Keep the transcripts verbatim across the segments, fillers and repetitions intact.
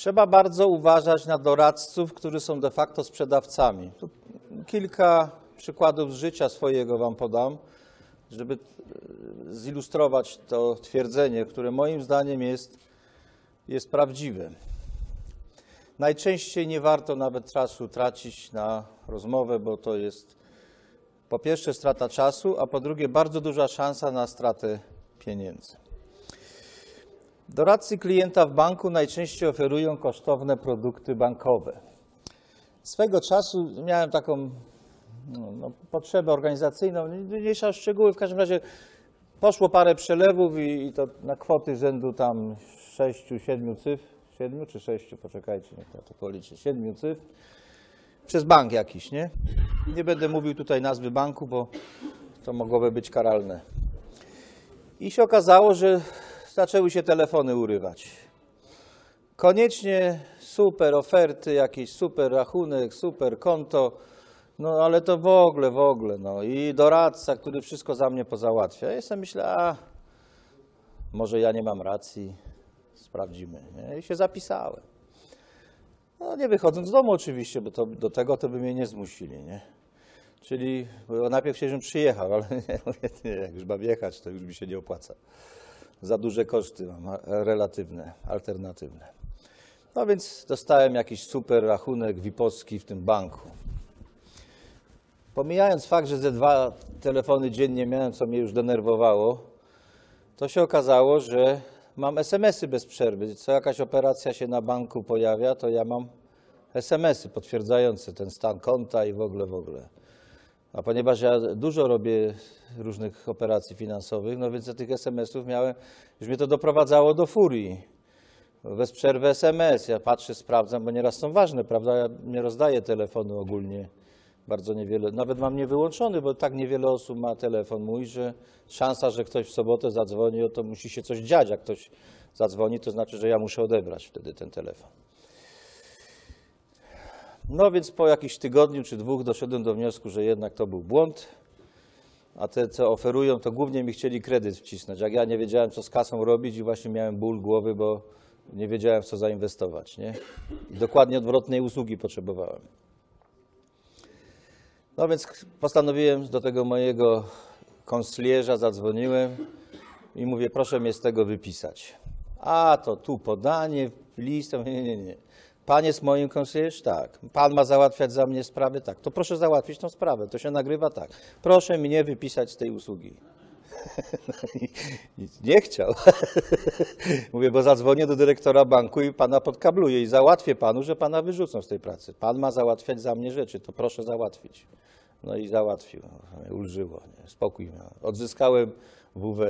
Trzeba bardzo uważać na doradców, którzy są de facto sprzedawcami. Tu kilka przykładów z życia swojego wam podam, żeby zilustrować to twierdzenie, które moim zdaniem jest, jest prawdziwe. Najczęściej nie warto nawet czasu tracić na rozmowę, bo to jest po pierwsze strata czasu, a po drugie bardzo duża szansa na stratę pieniędzy. Doradcy klienta w banku najczęściej oferują kosztowne produkty bankowe. Swego czasu miałem taką no, no, potrzebę organizacyjną, nie mniejsza o szczegóły, w każdym razie poszło parę przelewów i, i to na kwoty rzędu tam sześciu, siedmiu cyfr, siedmiu czy sześciu, poczekajcie, niech ja to policzę, siedmiu cyfr, przez bank jakiś, nie? Nie będę mówił tutaj nazwy banku, bo to mogłoby być karalne. I się okazało, że zaczęły się telefony urywać. Koniecznie super oferty, jakiś super rachunek, super konto, no ale to w ogóle, w ogóle, no i doradca, który wszystko za mnie pozałatwia. Ja sobie myślę, a może ja nie mam racji, sprawdzimy. Nie? I się zapisałem. No nie wychodząc z domu oczywiście, bo to, do tego to by mnie nie zmusili, nie? Czyli bo najpierw się, żebym przyjechał, ale nie, nie, jak już mam jechać, to już mi się nie opłaca. Za duże koszty mam, relatywne, alternatywne. No więc dostałem jakiś super rachunek V I P-owski w tym banku. Pomijając fakt, że ze dwa telefony dziennie miałem, co mnie już denerwowało, to się okazało, że mam es em esy bez przerwy. Co jakaś operacja się na banku pojawia, to ja mam es em esy potwierdzające ten stan konta i w ogóle, w ogóle. A ponieważ ja dużo robię różnych operacji finansowych, no więc za tych es em esów miałem, już mnie to doprowadzało do furii. Bez przerwy es em es, ja patrzę, sprawdzam, bo nieraz są ważne, prawda? Ja nie rozdaję telefonu ogólnie, bardzo niewiele, nawet mam nie wyłączony, bo tak niewiele osób ma telefon mój, że szansa, że ktoś w sobotę zadzwoni, to musi się coś dziać. Jak ktoś zadzwoni, to znaczy, że ja muszę odebrać wtedy ten telefon. No więc po jakimś tygodniu czy dwóch doszedłem do wniosku, że jednak to był błąd, a te, co oferują, to głównie mi chcieli kredyt wcisnąć. Jak ja nie wiedziałem, co z kasą robić i właśnie miałem ból głowy, bo nie wiedziałem, w co zainwestować, nie? I dokładnie odwrotnej usługi potrzebowałem. No więc postanowiłem do tego mojego konslierza, zadzwoniłem i mówię, proszę mnie z tego wypisać. A to tu podanie, list, nie, nie, nie. Pan jest moim konslierz? Tak. Pan ma załatwiać za mnie sprawy? Tak. To proszę załatwić tą sprawę, to się nagrywa? Tak. Proszę mnie wypisać z tej usługi. Nie chciał. Mówię, bo zadzwonię do dyrektora banku i pana podkabluję i załatwię panu, że pana wyrzucą z tej pracy. Pan ma załatwiać za mnie rzeczy, to proszę załatwić. No i załatwił. Ulżyło. Nie? Spokój miał. Odzyskałem W W,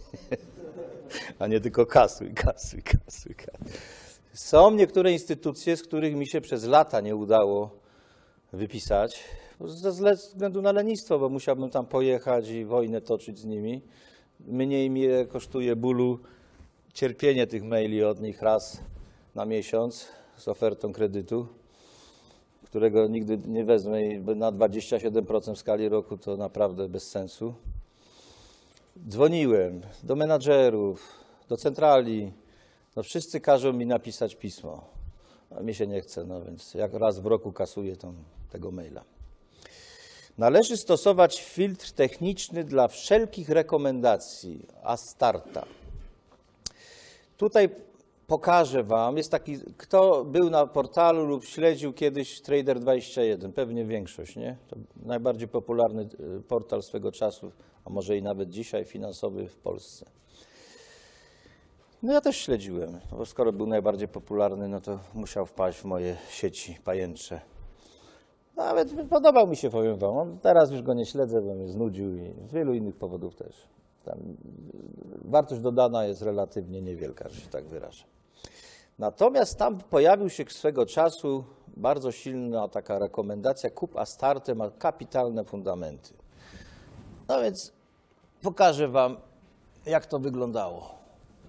a nie tylko kasuj, kasuj, kasuj, kasuj. Są niektóre instytucje, z których mi się przez lata nie udało wypisać, ze względu na lenistwo, bo musiałbym tam pojechać i wojnę toczyć z nimi. Mniej mnie kosztuje bólu cierpienie tych maili od nich raz na miesiąc z ofertą kredytu, którego nigdy nie wezmę i na dwadzieścia siedem procent w skali roku to naprawdę bez sensu. Dzwoniłem do menadżerów, do centrali, no wszyscy każą mi napisać pismo, a mi się nie chce, no więc jak raz w roku kasuję tą, tego maila. Należy stosować filtr techniczny dla wszelkich rekomendacji, Astarta. Tutaj pokażę wam, jest taki, kto był na portalu lub śledził kiedyś Trader dwadzieścia jeden, pewnie większość, nie? To najbardziej popularny portal swego czasu, a może i nawet dzisiaj finansowy w Polsce. No ja też śledziłem, bo skoro był najbardziej popularny, no to musiał wpaść w moje sieci pajęcze. Nawet podobał mi się, powiem wam. Teraz już go nie śledzę, bo mnie znudził i z wielu innych powodów też. Tam wartość dodana jest relatywnie niewielka, że się tak wyrażę. Natomiast tam pojawił się swego czasu bardzo silna taka rekomendacja, kup Astartę, ma kapitalne fundamenty. No więc pokażę wam, jak to wyglądało.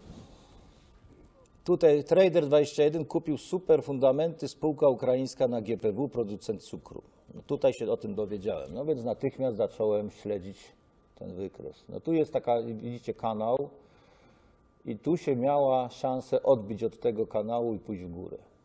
Tutaj Trader dwadzieścia jeden kupił super fundamenty, spółka ukraińska na G P W, producent cukru. No tutaj się o tym dowiedziałem, no więc natychmiast zacząłem śledzić ten wykres. No tu jest taka, widzicie, kanał i tu się miała szansę odbić od tego kanału i pójść w górę.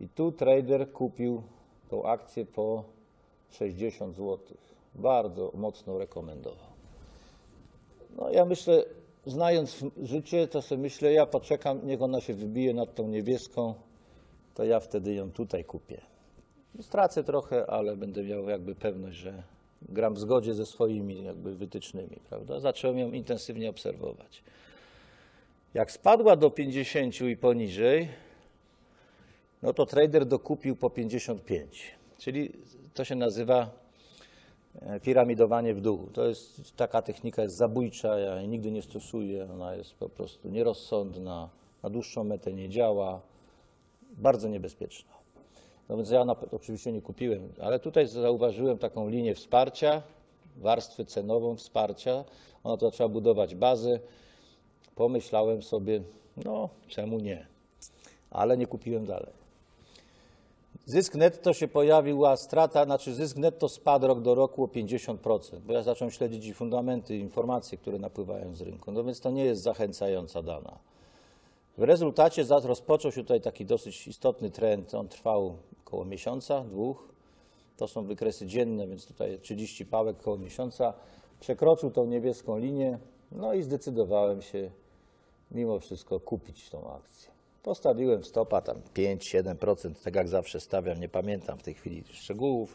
I tu trader kupił tą akcję po sześćdziesiąt złotych. Bardzo mocno rekomendował. No ja myślę, znając życie, to sobie myślę, ja poczekam, niech ona się wybije nad tą niebieską, to ja wtedy ją tutaj kupię. Stracę trochę, ale będę miał jakby pewność, że gram w zgodzie ze swoimi jakby wytycznymi, prawda? Zacząłem ją intensywnie obserwować. Jak spadła do pięćdziesięciu i poniżej, no to trader dokupił po pięćdziesiąt pięć, czyli to się nazywa piramidowanie w dół. To jest, taka technika jest zabójcza, ja jej nigdy nie stosuję, ona jest po prostu nierozsądna, na dłuższą metę nie działa, bardzo niebezpieczna. No więc ja na, oczywiście nie kupiłem, ale tutaj zauważyłem taką linię wsparcia, warstwę cenową wsparcia, ona to trzeba budować bazę. Pomyślałem sobie, no czemu nie, ale nie kupiłem dalej. Zysk netto się pojawił, a strata, znaczy zysk netto spadł rok do roku o pięćdziesiąt procent, bo ja zacząłem śledzić i fundamenty, informacje, które napływają z rynku, no więc to nie jest zachęcająca dana. W rezultacie rozpoczął się tutaj taki dosyć istotny trend, on trwał około miesiąca, dwóch, to są wykresy dzienne, więc tutaj trzydzieści pałek około miesiąca, przekroczył tą niebieską linię, no i zdecydowałem się mimo wszystko kupić tą akcję. Postawiłem stopa tam pięć siedem procent, tak jak zawsze stawiam, nie pamiętam w tej chwili szczegółów.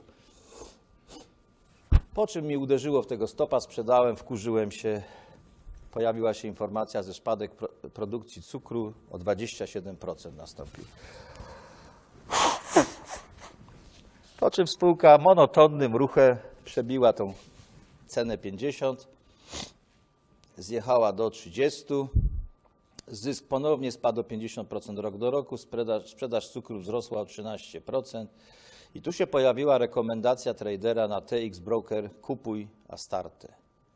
Po czym mi uderzyło w tego stopa, sprzedałem, wkurzyłem się. Pojawiła się informacja, że spadek produkcji cukru o dwadzieścia siedem procent nastąpił. Po czym spółka monotonnym ruchem przebiła tą cenę pięćdziesiąt, zjechała do trzydziestu. Zysk ponownie spadł o pięćdziesiąt procent rok do roku, sprzedaż, sprzedaż cukru wzrosła o trzynaście procent i tu się pojawiła rekomendacja tradera na T X Broker kupuj Astartę.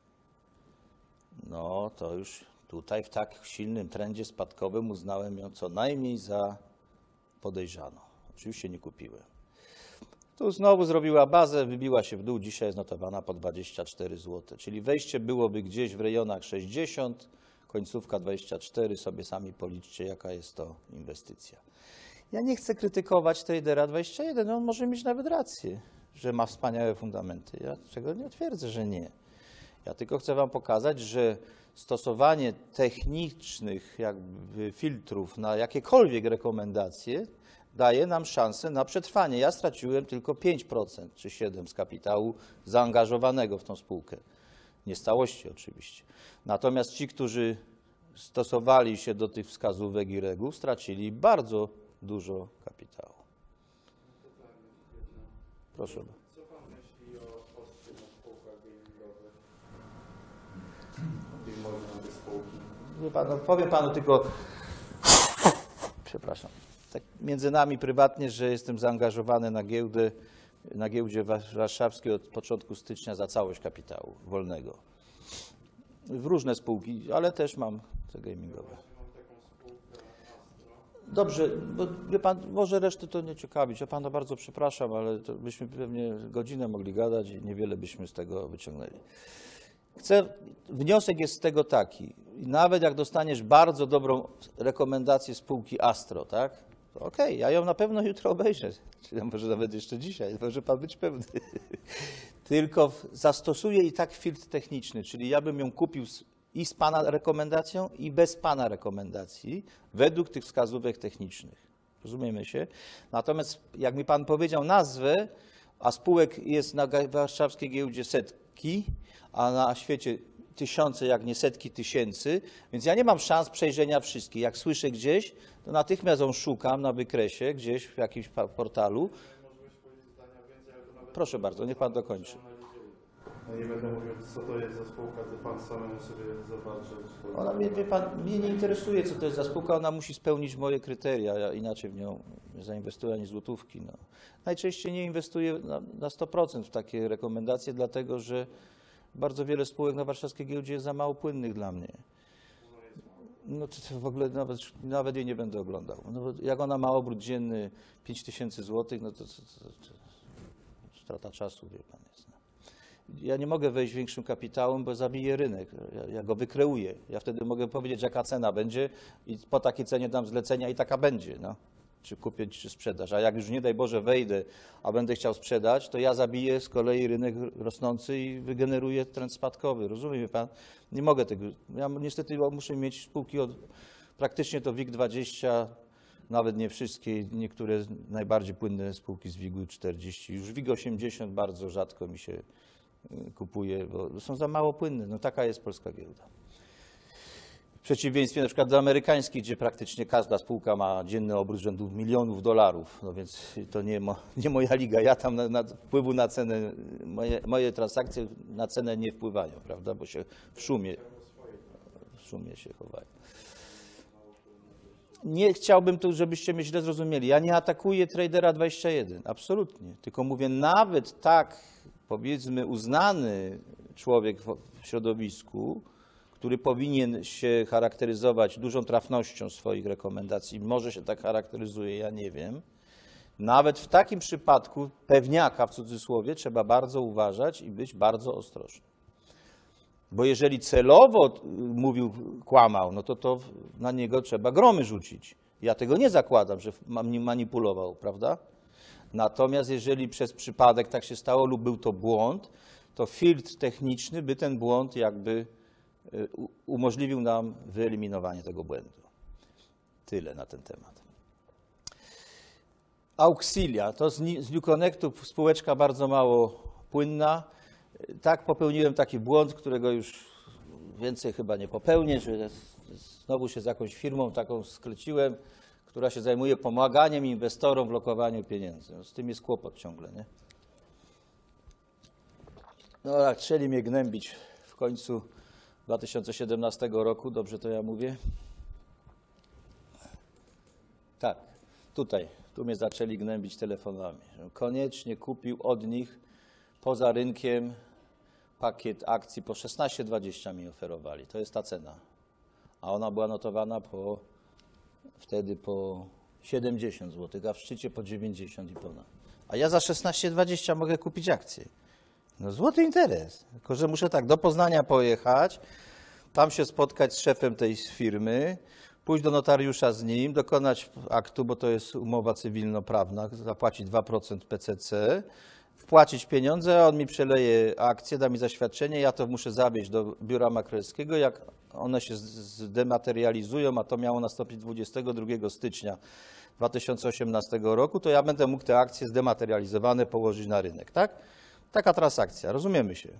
No to już tutaj w tak silnym trendzie spadkowym uznałem ją co najmniej za podejrzaną. Oczywiście nie kupiłem. Tu znowu zrobiła bazę, wybiła się w dół, dzisiaj jest notowana po dwadzieścia cztery złote, czyli wejście byłoby gdzieś w rejonach sześćdziesiąt, końcówka dwadzieścia cztery, sobie sami policzcie, jaka jest to inwestycja. Ja nie chcę krytykować tradera dwadzieścia jeden, on może mieć nawet rację, że ma wspaniałe fundamenty. Ja czego nie twierdzę, że nie. Ja tylko chcę wam pokazać, że stosowanie technicznych jakby filtrów na jakiekolwiek rekomendacje daje nam szansę na przetrwanie. Ja straciłem tylko pięć procent czy siedem procent z kapitału zaangażowanego w tą spółkę. Nie z całości oczywiście. Natomiast ci, którzy stosowali się do tych wskazówek i reguł, stracili bardzo dużo kapitału. Proszę. Co pan myśli o ostrzu na spółkach gamingowych? Można te spółki. Nie pan, no powiem panu tylko, przepraszam, tak między nami prywatnie, że jestem zaangażowany na giełdę, na giełdzie warszawskiej od początku stycznia za całość kapitału wolnego. W różne spółki, ale też mam te gamingowe. Dobrze, bo wie pan, może reszty to nie ciekawić. Ja pana bardzo przepraszam, ale to byśmy pewnie godzinę mogli gadać i niewiele byśmy z tego wyciągnęli. Chcę, wniosek jest z tego taki, nawet jak dostaniesz bardzo dobrą rekomendację spółki Astro, tak? To okej, okay, ja ją na pewno jutro obejrzę, czy może nawet jeszcze dzisiaj, może pan być pewny. Tylko zastosuję i tak filtr techniczny, czyli ja bym ją kupił i z pana rekomendacją, i bez pana rekomendacji, według tych wskazówek technicznych. Rozumiemy się? Natomiast jak mi pan powiedział nazwę, a spółek jest na warszawskiej giełdzie setki, a na świecie tysiące, jak nie setki tysięcy, więc ja nie mam szans przejrzenia wszystkich. Jak słyszę gdzieś, to natychmiast ją szukam na wykresie, gdzieś w jakimś portalu. Proszę bardzo, niech pan dokończy. No nie będę mówił, co to jest za spółka, to pan samemu sobie zobaczy. Ona mnie, wie pan, mnie nie interesuje, co to jest za spółka, ona musi spełnić moje kryteria, ja inaczej w nią nie zainwestuję ani złotówki. No. Najczęściej nie inwestuję na, na sto procent w takie rekomendacje, dlatego że bardzo wiele spółek na warszawskiej giełdzie jest za mało płynnych dla mnie. No to, to w ogóle nawet, nawet jej nie będę oglądał. No bo jak ona ma obrót dzienny pięć tysięcy złotych, no to, to, to, to strata czasu, wie pan jest. No. Ja nie mogę wejść większym kapitałem, bo zabiję rynek. Ja, ja go wykreuję. Ja wtedy mogę powiedzieć, jaka cena będzie i po takiej cenie dam zlecenia i taka będzie. No. czy kupić, czy sprzedaż. A jak już nie daj Boże wejdę, a będę chciał sprzedać, to ja zabiję z kolei rynek rosnący i wygeneruję trend spadkowy. Rozumie mnie pan? Nie mogę tego. Ja niestety muszę mieć spółki od praktycznie to WIG dwadzieścia, nawet nie wszystkie, niektóre najbardziej płynne spółki z WIG-u czterdzieści. Już WIG osiemdziesiąt bardzo rzadko mi się kupuje, bo są za mało płynne. No taka jest polska giełda. W przeciwieństwie na przykład do amerykańskich, gdzie praktycznie każda spółka ma dzienny obrót rzędu milionów dolarów, no więc to nie, mo, nie moja liga. Ja tam na, na wpływu na cenę, moje, moje transakcje na cenę nie wpływają, prawda, bo się w szumie, w szumie się chowają. Nie chciałbym tu, żebyście mnie źle zrozumieli. Ja nie atakuję Tradera dwadzieścia jeden, absolutnie. Tylko mówię, nawet tak, powiedzmy, uznany człowiek w, w środowisku, który powinien się charakteryzować dużą trafnością swoich rekomendacji, może się tak charakteryzuje, ja nie wiem. Nawet w takim przypadku pewniaka, w cudzysłowie, trzeba bardzo uważać i być bardzo ostrożnym. Bo jeżeli celowo mówił, kłamał, no to, to na niego trzeba gromy rzucić. Ja tego nie zakładam, że manipulował, prawda? Natomiast jeżeli przez przypadek tak się stało lub był to błąd, to filtr techniczny by ten błąd jakby umożliwił nam wyeliminowanie tego błędu. Tyle na ten temat. Auxilia, to z New Connectu spółeczka bardzo mało płynna. Tak, popełniłem taki błąd, którego już więcej chyba nie popełnię, że znowu się z jakąś firmą taką skleciłem, która się zajmuje pomaganiem inwestorom w lokowaniu pieniędzy. No, z tym jest kłopot ciągle, nie? No tak, chcieli mnie gnębić w końcu dwa tysiące siedemnastego roku, dobrze to ja mówię? Tak, tutaj, tu mnie zaczęli gnębić telefonami. Koniecznie kupił od nich poza rynkiem pakiet akcji po szesnaście dwadzieścia mi oferowali. To jest ta cena. A ona była notowana po, wtedy po siedemdziesiąt złotych, a w szczycie po dziewięćdziesiąt i ponad. A ja za szesnaście dwadzieścia mogę kupić akcję. No złoty interes. Tylko że muszę tak do Poznania pojechać, tam się spotkać z szefem tej firmy, pójść do notariusza z nim, dokonać aktu, bo to jest umowa cywilnoprawna, zapłacić dwa procent P C C, wpłacić pieniądze, on mi przeleje akcję, da mi zaświadczenie, ja to muszę zawieźć do biura maklerskiego. Jak one się zdematerializują, a to miało nastąpić dwudziestego drugiego stycznia dwa tysiące osiemnastego roku, to ja będę mógł te akcje zdematerializowane położyć na rynek, tak? Taka transakcja, rozumiemy się.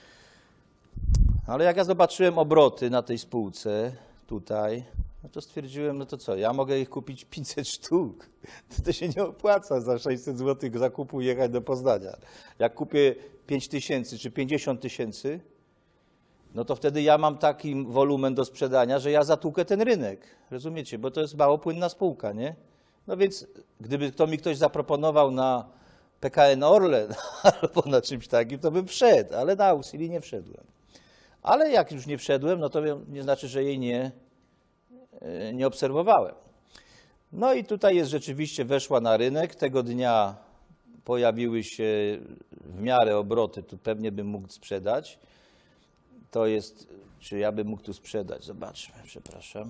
Ale jak ja zobaczyłem obroty na tej spółce tutaj, no to stwierdziłem, no to co, ja mogę ich kupić pięćset sztuk. To, to się nie opłaca za sześćset złotych zakupu jechać do Poznania. Jak kupię pięć tysięcy czy pięćdziesiąt tysięcy, no to wtedy ja mam taki wolumen do sprzedania, że ja zatłukę ten rynek. Rozumiecie? Bo to jest mało płynna spółka, nie? No więc gdyby to mi ktoś zaproponował na P K N Orlen albo na czymś takim, to bym wszedł, ale na Auxilii nie wszedłem. Ale jak już nie wszedłem, no to nie znaczy, że jej nie, nie obserwowałem. No i tutaj jest rzeczywiście, weszła na rynek. Tego dnia pojawiły się w miarę obroty, tu pewnie bym mógł sprzedać. To jest, czy ja bym mógł tu sprzedać? Zobaczmy, przepraszam.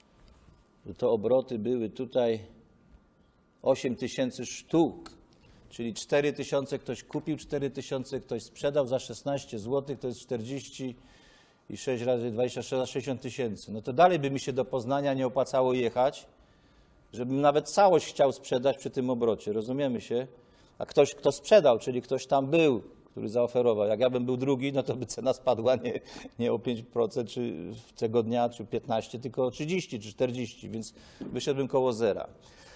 To obroty były tutaj osiem tysięcy sztuk, czyli cztery tysiące ktoś kupił, cztery tysiące ktoś sprzedał za szesnaście złotych, to jest czterdzieści i sześć razy dwadzieścia sześć, za sześćdziesiąt tysięcy. No to dalej by mi się do Poznania nie opłacało jechać, żebym nawet całość chciał sprzedać przy tym obrocie, rozumiemy się? A ktoś, kto sprzedał, czyli ktoś tam był, który zaoferował. Jak ja bym był drugi, no to by cena spadła nie, nie o pięć procent czy tego dnia, czy piętnaście procent, tylko o trzydzieści czy czterdzieści procent, więc wyszedłbym koło zera.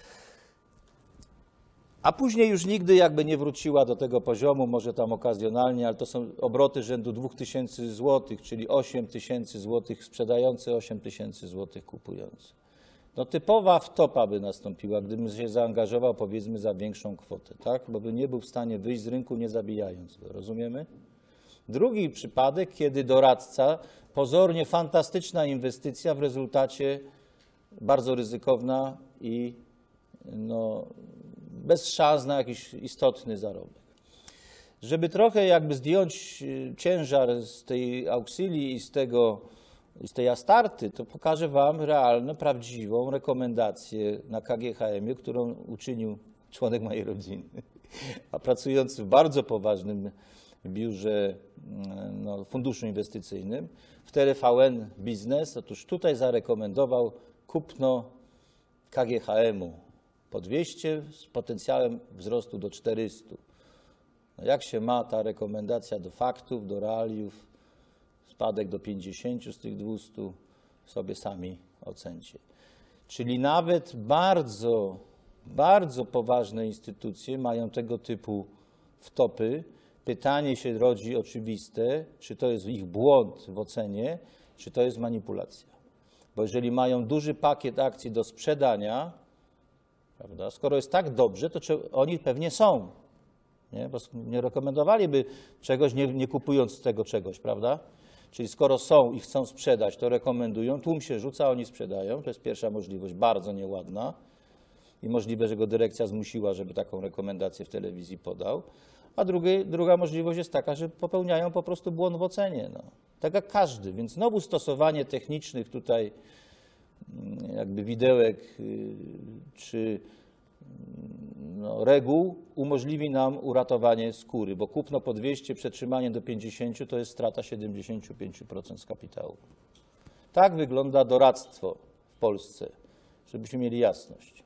A później już nigdy jakby nie wróciła do tego poziomu, może tam okazjonalnie, ale to są obroty rzędu dwa tysiące złotych, czyli osiem tysięcy złotych sprzedający, osiem tysięcy złotych kupujący. No typowa wtopa by nastąpiła, gdybym się zaangażował, powiedzmy, za większą kwotę, tak? Bo by nie był w stanie wyjść z rynku, nie zabijając go, rozumiemy? Drugi przypadek, kiedy doradca, pozornie fantastyczna inwestycja, w rezultacie bardzo ryzykowna i no, bez szans na jakiś istotny zarobek. Żeby trochę jakby zdjąć ciężar z tej Auxilii i z tego I z tej Astarty to pokażę Wam realną, prawdziwą rekomendację na K G H M-ie, którą uczynił członek mojej rodziny. A pracujący w bardzo poważnym biurze, no, funduszu inwestycyjnym w T R V N Biznes, otóż tutaj zarekomendował kupno K G H M-u po dwieście z potencjałem wzrostu do czterystu. No jak się ma ta rekomendacja do faktów, do realiów, spadek do pięćdziesięciu z tych dwustu, sobie sami ocencie. Czyli nawet bardzo, bardzo poważne instytucje mają tego typu wtopy. Pytanie się rodzi oczywiste, czy to jest ich błąd w ocenie, czy to jest manipulacja. Bo jeżeli mają duży pakiet akcji do sprzedania, prawda, skoro jest tak dobrze, to czy oni pewnie są. Nie? Bo nie rekomendowaliby czegoś, nie, nie kupując tego czegoś, prawda? Czyli skoro są i chcą sprzedać, to rekomendują, tłum się rzuca, oni sprzedają. To jest pierwsza możliwość, bardzo nieładna i możliwe, że go dyrekcja zmusiła, żeby taką rekomendację w telewizji podał. A drugie, druga możliwość jest taka, że popełniają po prostu błąd w ocenie. No. Tak jak każdy. Więc znowu stosowanie technicznych tutaj jakby widełek czy no, reguł umożliwi nam uratowanie skóry, bo kupno po dwieście, przetrzymanie do pięćdziesięciu to jest strata siedemdziesiąt pięć procent z kapitału. Tak wygląda doradztwo w Polsce, żebyśmy mieli jasność.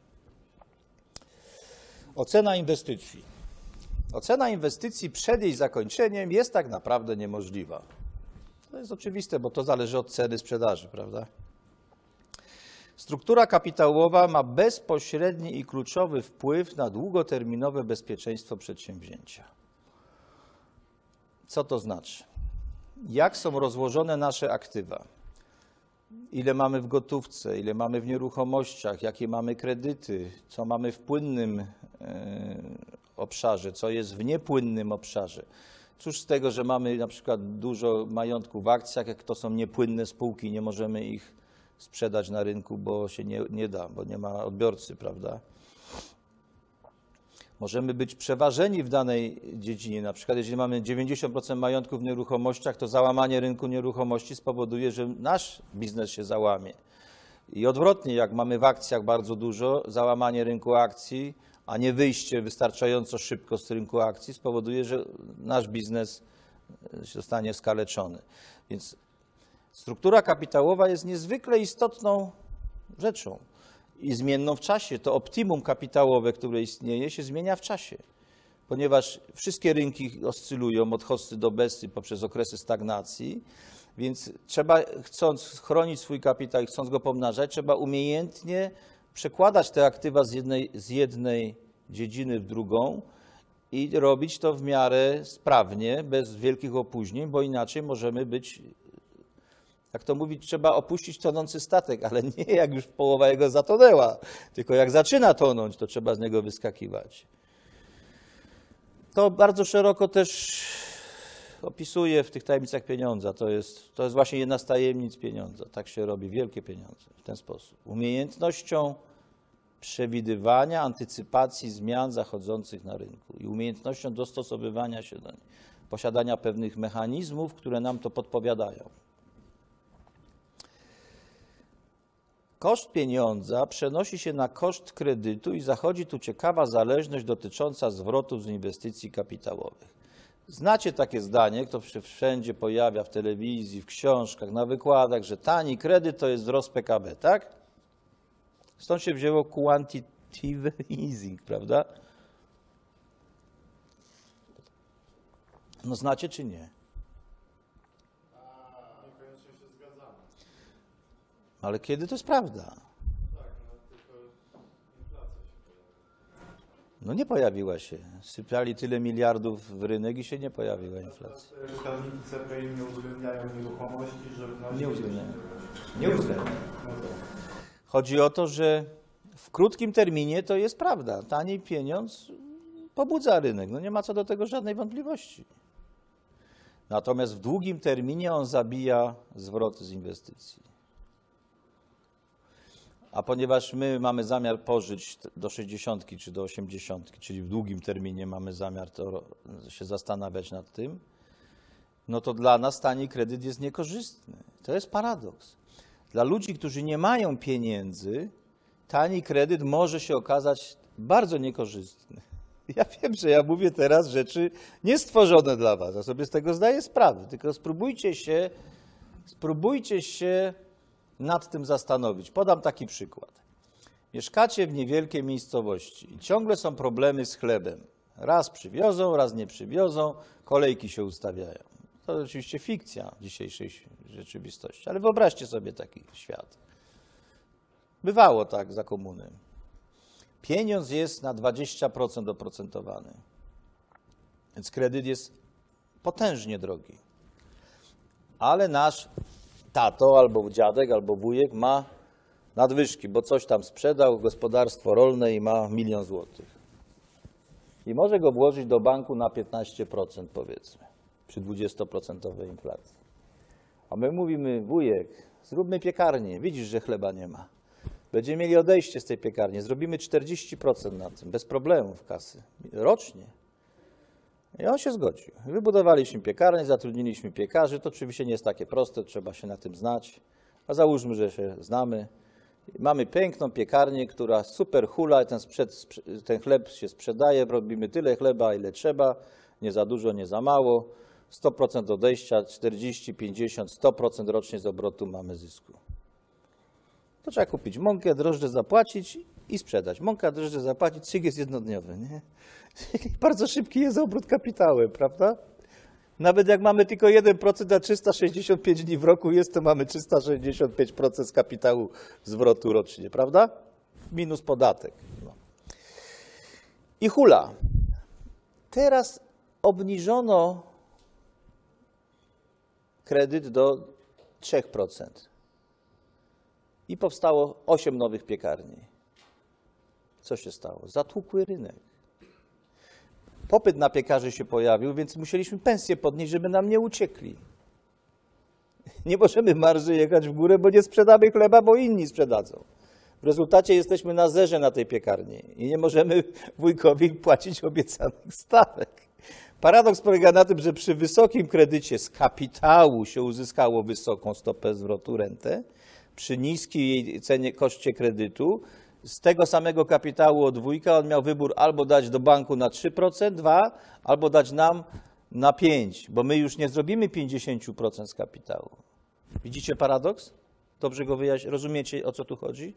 Ocena inwestycji. Ocena inwestycji przed jej zakończeniem jest tak naprawdę niemożliwa. To jest oczywiste, bo to zależy od ceny sprzedaży, prawda? Struktura kapitałowa ma bezpośredni i kluczowy wpływ na długoterminowe bezpieczeństwo przedsięwzięcia. Co to znaczy? Jak są rozłożone nasze aktywa? Ile mamy w gotówce, ile mamy w nieruchomościach, jakie mamy kredyty, co mamy w płynnym obszarze, co jest w niepłynnym obszarze. Cóż z tego, że mamy na przykład dużo majątku w akcjach, jak to są niepłynne spółki, nie możemy ich sprzedać na rynku, bo się nie, nie da, bo nie ma odbiorcy, prawda? Możemy być przeważeni w danej dziedzinie. Na przykład, jeżeli mamy dziewięćdziesiąt procent majątku w nieruchomościach, to załamanie rynku nieruchomości spowoduje, że nasz biznes się załamie. I odwrotnie, jak mamy w akcjach bardzo dużo, załamanie rynku akcji, a nie wyjście wystarczająco szybko z rynku akcji spowoduje, że nasz biznes zostanie skaleczony. Więc struktura kapitałowa jest niezwykle istotną rzeczą i zmienną w czasie. To optimum kapitałowe, które istnieje, się zmienia w czasie, ponieważ wszystkie rynki oscylują od hossy do bessy poprzez okresy stagnacji, więc trzeba, chcąc chronić swój kapitał i chcąc go pomnażać, trzeba umiejętnie przekładać te aktywa z jednej, z jednej dziedziny w drugą i robić to w miarę sprawnie, bez wielkich opóźnień, bo inaczej możemy być, jak to mówić, trzeba opuścić tonący statek, ale nie jak już połowa jego zatonęła, tylko jak zaczyna tonąć, to trzeba z niego wyskakiwać. To bardzo szeroko też opisuję w tych tajemnicach pieniądza. To jest, to jest właśnie jedna z tajemnic pieniądza. Tak się robi wielkie pieniądze w ten sposób. Umiejętnością przewidywania, antycypacji zmian zachodzących na rynku i umiejętnością dostosowywania się do nich, posiadania pewnych mechanizmów, które nam to podpowiadają. Koszt pieniądza przenosi się na koszt kredytu i zachodzi tu ciekawa zależność dotycząca zwrotów z inwestycji kapitałowych. Znacie takie zdanie, to się wszędzie pojawia w telewizji, w książkach, na wykładach, że tani kredyt to jest wzrost P K B, tak? Stąd się wzięło quantitative easing, prawda? No znacie czy nie? Niekoniecznie się zgadzamy. Ale kiedy to jest prawda? Tak, no tylko inflacja się pojawia. No nie pojawiła się. Sypiali tyle miliardów w rynek i się nie pojawiła inflacja. Wskaźniki C P I nie uwzględniają nieruchomości, żywności. Nie uwzględniają. No Nie uwzględniają. tak. Chodzi o to, że w krótkim terminie to jest prawda. Tani pieniądz pobudza rynek. No nie ma co do tego żadnej wątpliwości. Natomiast w długim terminie on zabija zwroty z inwestycji. A ponieważ my mamy zamiar pożyć do sześćdziesiątki czy do osiemdziesiątki, czyli w długim terminie mamy zamiar to się zastanawiać nad tym no to dla nas tani kredyt jest niekorzystny. To jest paradoks. Dla ludzi, którzy nie mają pieniędzy, tani kredyt może się okazać bardzo niekorzystny. Ja wiem, że ja mówię teraz rzeczy niestworzone dla was, ja sobie z tego zdaję sprawę, tylko spróbujcie się, spróbujcie się nad tym zastanowić. Podam taki przykład. Mieszkacie w niewielkiej miejscowości i ciągle są problemy z chlebem. Raz przywiozą, raz nie przywiozą, kolejki się ustawiają. To oczywiście fikcja w dzisiejszej rzeczywistości, ale wyobraźcie sobie taki świat. Bywało tak za komuny. Pieniądz jest na dwadzieścia procent oprocentowany, więc kredyt jest potężnie drogi. Ale nasz tato, albo dziadek, albo wujek ma nadwyżki, bo coś tam sprzedał, gospodarstwo rolne i ma milion złotych. I może go włożyć do banku na piętnaście procent powiedzmy, przy dwudziestoprocentowej inflacji. A my mówimy, wujek, zróbmy piekarnię, widzisz, że chleba nie ma. Będziemy mieli odejście z tej piekarni, zrobimy czterdzieści procent na tym, bez problemów kasy, rocznie. I on się zgodził. Wybudowaliśmy piekarnię, zatrudniliśmy piekarzy, to oczywiście nie jest takie proste, trzeba się na tym znać, a załóżmy, że się znamy. Mamy piękną piekarnię, która super hula, ten, sprzed, ten chleb się sprzedaje, robimy tyle chleba, ile trzeba, nie za dużo, nie za mało, sto procent odejścia, czterdzieści, pięćdziesiąt, sto procent rocznie z obrotu mamy zysku. To trzeba kupić mąkę, drożdże zapłacić i sprzedać. Mąka, drożdże zapłacić, cyk jest jednodniowy. Nie? Bardzo szybki jest obrót kapitałem, prawda? Nawet jak mamy tylko jeden procent na trzysta sześćdziesiąt pięć dni w roku jest, to mamy trzysta sześćdziesiąt pięć procent z kapitału zwrotu rocznie, prawda? Minus podatek. No. I hula. Teraz obniżono kredyt do trzy procent. I powstało osiem nowych piekarni. Co się stało? Zatłukły rynek. Popyt na piekarzy się pojawił, więc musieliśmy pensję podnieść, żeby nam nie uciekli. Nie możemy marży jechać w górę, bo nie sprzedamy chleba, bo inni sprzedadzą. W rezultacie jesteśmy na zerze na tej piekarni i nie możemy wujkowi płacić obiecanych stawek. Paradoks polega na tym, że przy wysokim kredycie z kapitału się uzyskało wysoką stopę zwrotu rentę, przy niskiej cenie, koszcie kredytu, z tego samego kapitału od wujka on miał wybór albo dać do banku na trzy procent, dwa, albo dać nam na pięć, bo my już nie zrobimy pięćdziesiąt procent z kapitału. Widzicie paradoks? Dobrze go wyjaśnię. Rozumiecie, o co tu chodzi?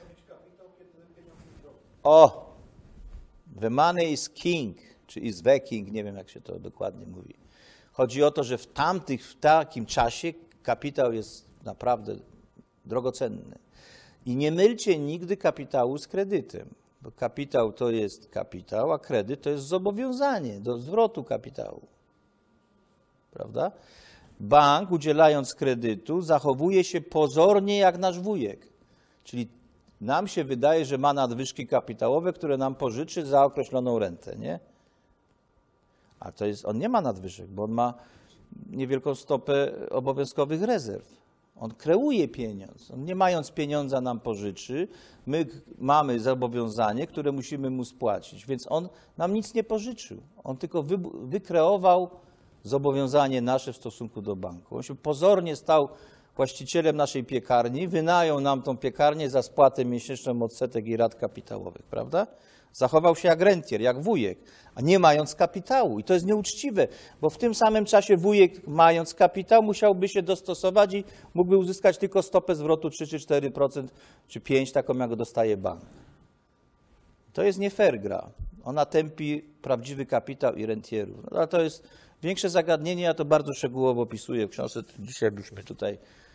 O! The money is king, czy is the king, nie wiem jak się to dokładnie mówi. Chodzi o to, że w tamtych, w takim czasie kapitał jest naprawdę drogocenny. I nie mylcie nigdy kapitału z kredytem, bo kapitał to jest kapitał, a kredyt to jest zobowiązanie do zwrotu kapitału. Prawda? Bank, udzielając kredytu, zachowuje się pozornie jak nasz wujek. Czyli nam się wydaje, że ma nadwyżki kapitałowe, które nam pożyczy za określoną rentę, nie? A to jest, on nie ma nadwyżek, bo on ma niewielką stopę obowiązkowych rezerw. On kreuje pieniądz. On nie mając pieniądza nam pożyczy, my mamy zobowiązanie, które musimy mu spłacić, więc on nam nic nie pożyczył. On tylko wy, wykreował zobowiązanie nasze w stosunku do banku. On się pozornie stał właścicielem naszej piekarni, wynajął nam tą piekarnię za spłatę miesięczną odsetek i rat kapitałowych, prawda? Zachował się jak rentier, jak wujek, a nie mając kapitału. I to jest nieuczciwe, bo w tym samym czasie wujek, mając kapitał, musiałby się dostosować i mógłby uzyskać tylko stopę zwrotu trzy czy cztery procent, czy pięć procent, taką jak dostaje bank. To jest nie fair gra. Ona tępi prawdziwy kapitał i rentierów. No, ale to jest większe zagadnienie, ja to bardzo szczegółowo opisuję w książce. Dzisiaj byśmy tutaj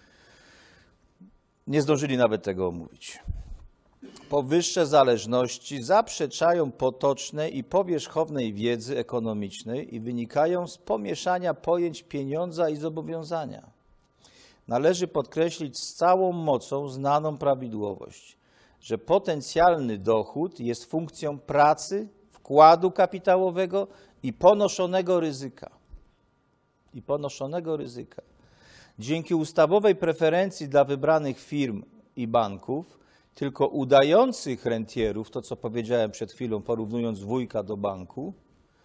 nie zdążyli nawet tego omówić. Powyższe zależności zaprzeczają potocznej i powierzchownej wiedzy ekonomicznej i wynikają z pomieszania pojęć pieniądza i zobowiązania. Należy podkreślić z całą mocą znaną prawidłowość, że potencjalny dochód jest funkcją pracy, wkładu kapitałowego i ponoszonego ryzyka. I ponoszonego ryzyka. Dzięki ustawowej preferencji dla wybranych firm i banków, tylko udających rentierów, to co powiedziałem przed chwilą, porównując wujka do banku,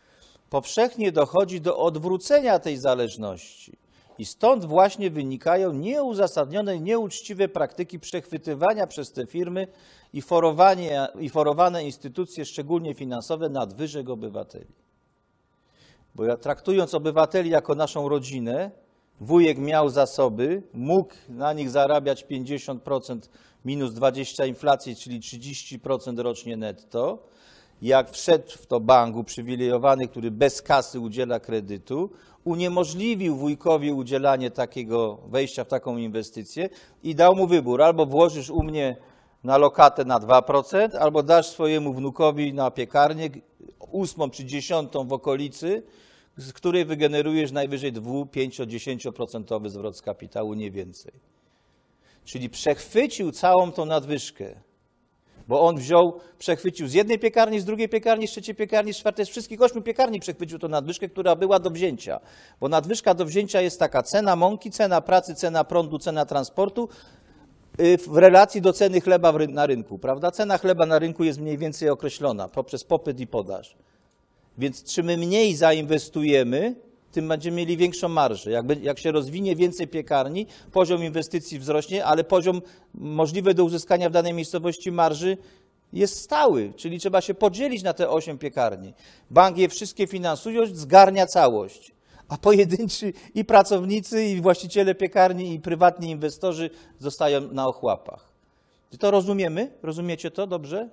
powszechnie dochodzi do odwrócenia tej zależności. I stąd właśnie wynikają nieuzasadnione i nieuczciwe praktyki przechwytywania przez te firmy i, forowanie, i forowane instytucje, szczególnie finansowe, nadwyżek obywateli. Bo ja, traktując obywateli jako naszą rodzinę, wujek miał zasoby, mógł na nich zarabiać pięćdziesiąt procent minus dwadzieścia procent inflacji, czyli trzydzieści procent rocznie netto. Jak wszedł w to bank uprzywilejowany, który bez kasy udziela kredytu, uniemożliwił wujkowi udzielanie takiego, wejścia w taką inwestycję i dał mu wybór: albo włożysz u mnie na lokatę na dwa procent, albo dasz swojemu wnukowi na piekarnię ósmą czy dziesiątą w okolicy, z której wygenerujesz najwyżej dwu, pięcio, dziesięcioprocentowy zwrot z kapitału, nie więcej. Czyli przechwycił całą tą nadwyżkę, bo on wziął, przechwycił z jednej piekarni, z drugiej piekarni, z trzeciej piekarni, z czwartej, z wszystkich ośmiu piekarni przechwycił tą nadwyżkę, która była do wzięcia. Bo nadwyżka do wzięcia jest taka: cena mąki, cena pracy, cena prądu, cena transportu w relacji do ceny chleba na rynku, prawda? Cena chleba na rynku jest mniej więcej określona poprzez popyt i podaż. Więc czym mniej zainwestujemy, tym będziemy mieli większą marżę. Jakby, jak się rozwinie więcej piekarni, poziom inwestycji wzrośnie, ale poziom możliwy do uzyskania w danej miejscowości marży jest stały, czyli trzeba się podzielić na te osiem piekarni. Bank je wszystkie finansuje, zgarnia całość, a pojedynczy i pracownicy, i właściciele piekarni, i prywatni inwestorzy zostają na ochłapach. Czy to rozumiemy? Rozumiecie to dobrze?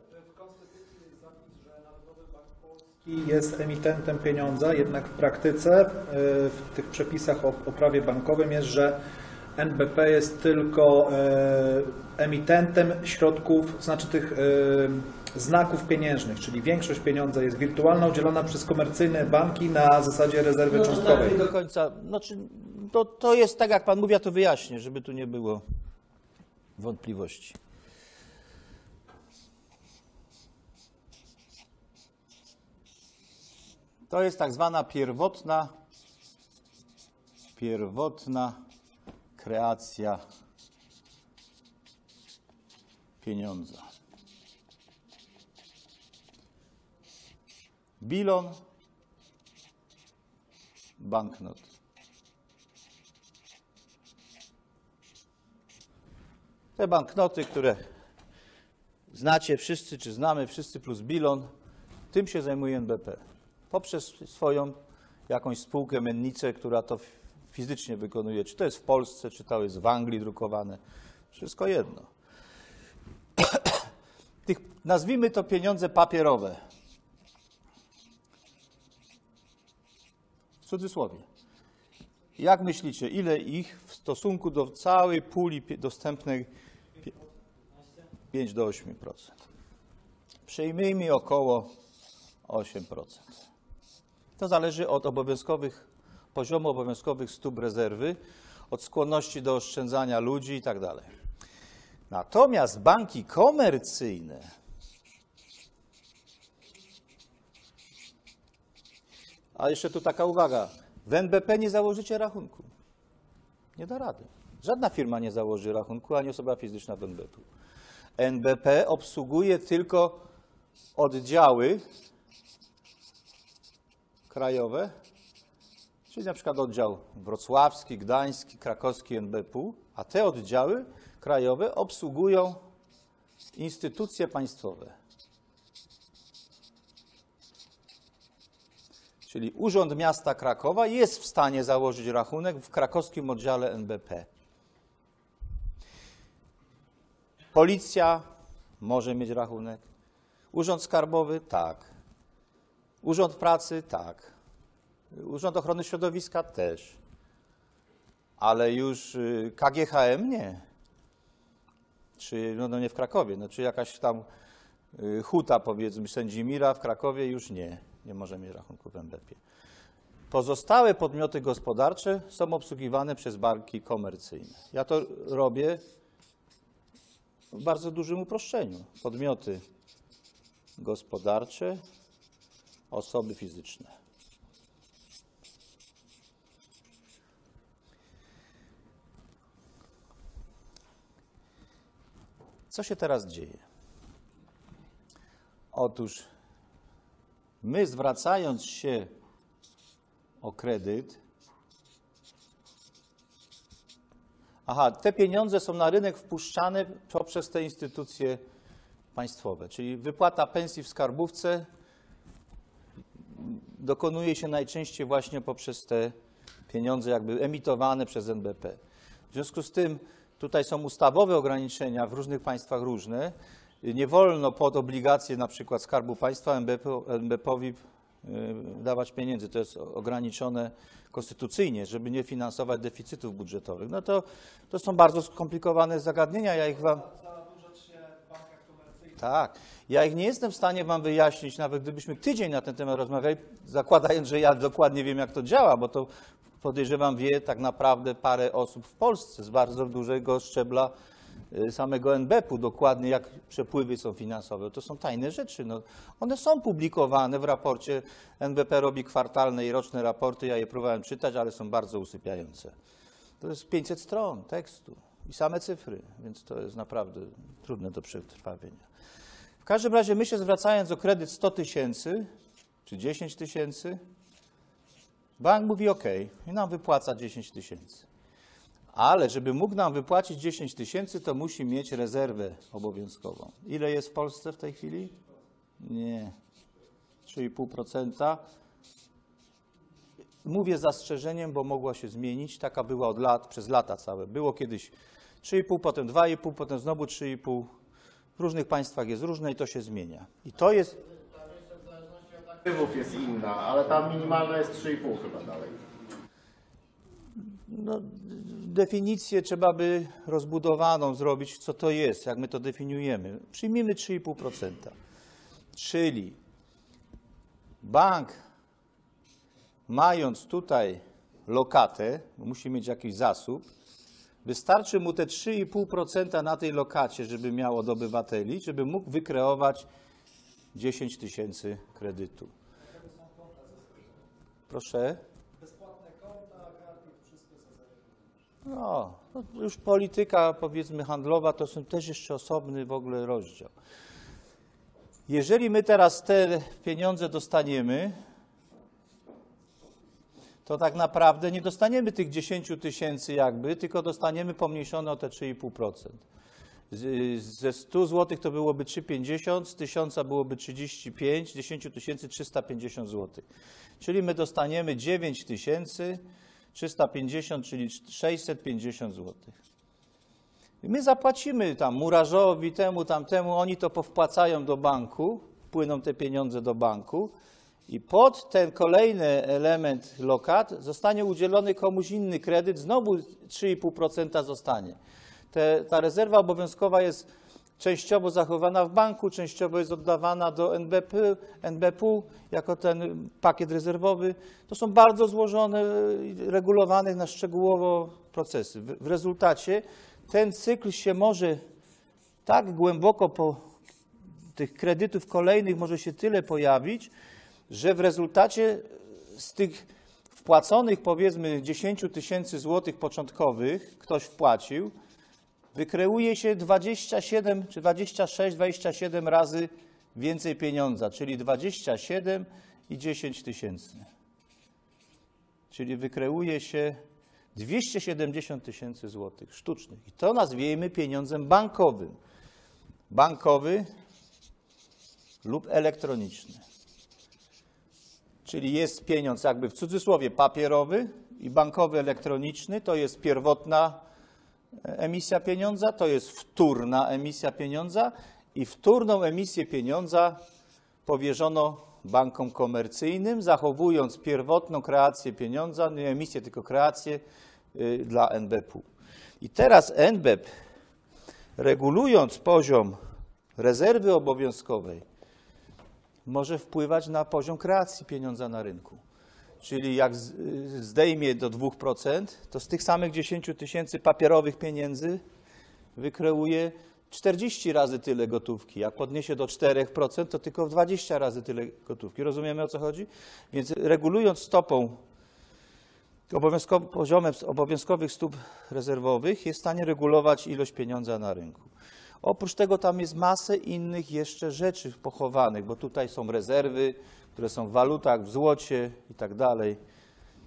Jest emitentem pieniądza, jednak w praktyce, w tych przepisach o, o prawie bankowym jest, że N B P jest tylko emitentem środków, znaczy tych znaków pieniężnych, czyli większość pieniądza jest wirtualna, udzielona przez komercyjne banki na zasadzie rezerwy no, cząstkowej. Nie do końca. Znaczy, to, to jest tak, jak pan mówi, ja to wyjaśnię, żeby tu nie było wątpliwości. To jest tak zwana pierwotna, pierwotna kreacja pieniądza. Bilon, banknot. Te banknoty, które znacie wszyscy, czy znamy wszyscy, plus bilon, tym się zajmuje N B P. Poprzez swoją jakąś spółkę, mennicę, która to fizycznie wykonuje. Czy to jest w Polsce, czy to jest w Anglii drukowane. Wszystko jedno. Tych, nazwijmy to pieniądze papierowe. W cudzysłowie. Jak myślicie, ile ich w stosunku do całej puli dostępnej? pięć do ośmiu procent. Przyjmijmy około osiem procent. To zależy od obowiązkowych, poziomu obowiązkowych stóp rezerwy, od skłonności do oszczędzania ludzi i tak dalej. Natomiast banki komercyjne a jeszcze tu taka uwaga, w N B P nie założycie rachunku. Nie da rady. Żadna firma nie założy rachunku, ani osoba fizyczna w N B P. N B P obsługuje tylko oddziały krajowe, czyli na przykład oddział wrocławski, gdański, krakowski N B P, a te oddziały krajowe obsługują instytucje państwowe. Czyli Urząd Miasta Krakowa jest w stanie założyć rachunek w krakowskim oddziale N B P. Policja może mieć rachunek. Urząd Skarbowy? Tak. Urząd Pracy? Tak. Urząd Ochrony Środowiska? Też. Ale już K G H M? Nie. Czy, no, no nie w Krakowie, no, czy jakaś tam huta, powiedzmy, Sędzimira w Krakowie? Już nie. Nie może mieć rachunku w N B P. Pozostałe podmioty gospodarcze są obsługiwane przez banki komercyjne. Ja to robię w bardzo dużym uproszczeniu. Podmioty gospodarcze, osoby fizyczne. Co się teraz dzieje? Otóż my, zwracając się o kredyt. Aha, te pieniądze są na rynek wpuszczane poprzez te instytucje państwowe, czyli wypłata pensji w skarbówce dokonuje się najczęściej właśnie poprzez te pieniądze jakby emitowane przez N B P. W związku z tym tutaj są ustawowe ograniczenia w różnych państwach różne. Nie wolno pod obligacje na przykład Skarbu Państwa N B P-owi dawać pieniędzy. To jest ograniczone konstytucyjnie, żeby nie finansować deficytów budżetowych. No to, to są bardzo skomplikowane zagadnienia. Ja ich wam... Tak. Ja ich nie jestem w stanie wam wyjaśnić, nawet gdybyśmy tydzień na ten temat rozmawiali, zakładając, że ja dokładnie wiem, jak to działa, bo to podejrzewam wie tak naprawdę parę osób w Polsce z bardzo dużego szczebla samego N B P-u, dokładnie jak przepływy są finansowe. To są tajne rzeczy. No, one są publikowane w raporcie. N B P robi kwartalne i roczne raporty, ja je próbowałem czytać, ale są bardzo usypiające. To jest pięćset stron tekstu i same cyfry, więc to jest naprawdę trudne do przetrwawienia. W każdym razie my się zwracając o kredyt sto tysięcy czy dziesięć tysięcy, bank mówi OK i nam wypłaca dziesięć tysięcy. Ale żeby mógł nam wypłacić dziesięć tysięcy, to musi mieć rezerwę obowiązkową. Ile jest w Polsce w tej chwili? Nie. trzy i pół procent. Mówię z zastrzeżeniem, bo mogła się zmienić. Taka była od lat, przez lata całe. Było kiedyś trzy i pół, potem dwa i pół, potem znowu trzy i pół. W różnych państwach jest różne i to się zmienia. I to jest... Aktywów jest inna, ale tam minimalna jest trzy i pół chyba dalej. No, definicję trzeba by rozbudowaną zrobić, co to jest, jak my to definiujemy. Przyjmijmy trzy i pół procent. Czyli bank, mając tutaj lokatę, musi mieć jakiś zasób, wystarczy mu te trzy i pół procent na tej lokacie, żeby miał od obywateli, żeby mógł wykreować dziesięć tysięcy kredytu. Proszę. No, no, już polityka, powiedzmy, handlowa to są też jeszcze osobny w ogóle rozdział. Jeżeli my teraz te pieniądze dostaniemy, to tak naprawdę nie dostaniemy tych dziesięć tysięcy jakby, tylko dostaniemy pomniejszone o te trzy i pół procent. Ze stu złotych to byłoby trzy pięćdziesiąt, z tysiąca byłoby trzydzieści pięć, dziesięć tysięcy trzysta pięćdziesiąt złotych. Czyli my dostaniemy dziewięć tysięcy trzysta pięćdziesiąt, czyli sześćset pięćdziesiąt złotych. I my zapłacimy tam murarzowi, temu, tamtemu, oni to powpłacają do banku, wpłyną te pieniądze do banku i pod ten kolejny element lokat zostanie udzielony komuś inny kredyt, znowu trzy i pół procent zostanie. Te, ta rezerwa obowiązkowa jest częściowo zachowana w banku, częściowo jest oddawana do N B P, N B P-u jako ten pakiet rezerwowy. To są bardzo złożone, regulowane na szczegółowo procesy. W, w rezultacie ten cykl się może tak głęboko po tych kredytów kolejnych może się tyle pojawić, że w rezultacie z tych wpłaconych powiedzmy dziesięć tysięcy złotych początkowych ktoś wpłacił, wykreuje się dwadzieścia siedem czy dwadzieścia sześć, dwadzieścia siedem razy więcej pieniądza, czyli dwadzieścia siedem i dziesięć tysięcy. Czyli wykreuje się dwieście siedemdziesiąt tysięcy złotych sztucznych. I to nazwijmy pieniądzem bankowym. Bankowy lub elektroniczny. Czyli jest pieniądz jakby w cudzysłowie papierowy i bankowy elektroniczny, to jest pierwotna emisja pieniądza, to jest wtórna emisja pieniądza i wtórną emisję pieniądza powierzono bankom komercyjnym, zachowując pierwotną kreację pieniądza, nie emisję, tylko kreację y, dla N B P-u. I teraz N B P, regulując poziom rezerwy obowiązkowej, może wpływać na poziom kreacji pieniądza na rynku. Czyli jak zdejmie do dwóch procent, to z tych samych dziesięć tysięcy papierowych pieniędzy wykreuje czterdzieści razy tyle gotówki. Jak podniesie do czterech procent, to tylko dwadzieścia razy tyle gotówki. Rozumiemy, o co chodzi? Więc regulując stopą, obowiązkow- poziomem obowiązkowych stóp rezerwowych jest w stanie regulować ilość pieniądza na rynku. Oprócz tego tam jest masę innych jeszcze rzeczy pochowanych, bo tutaj są rezerwy, które są w walutach, w złocie i tak dalej.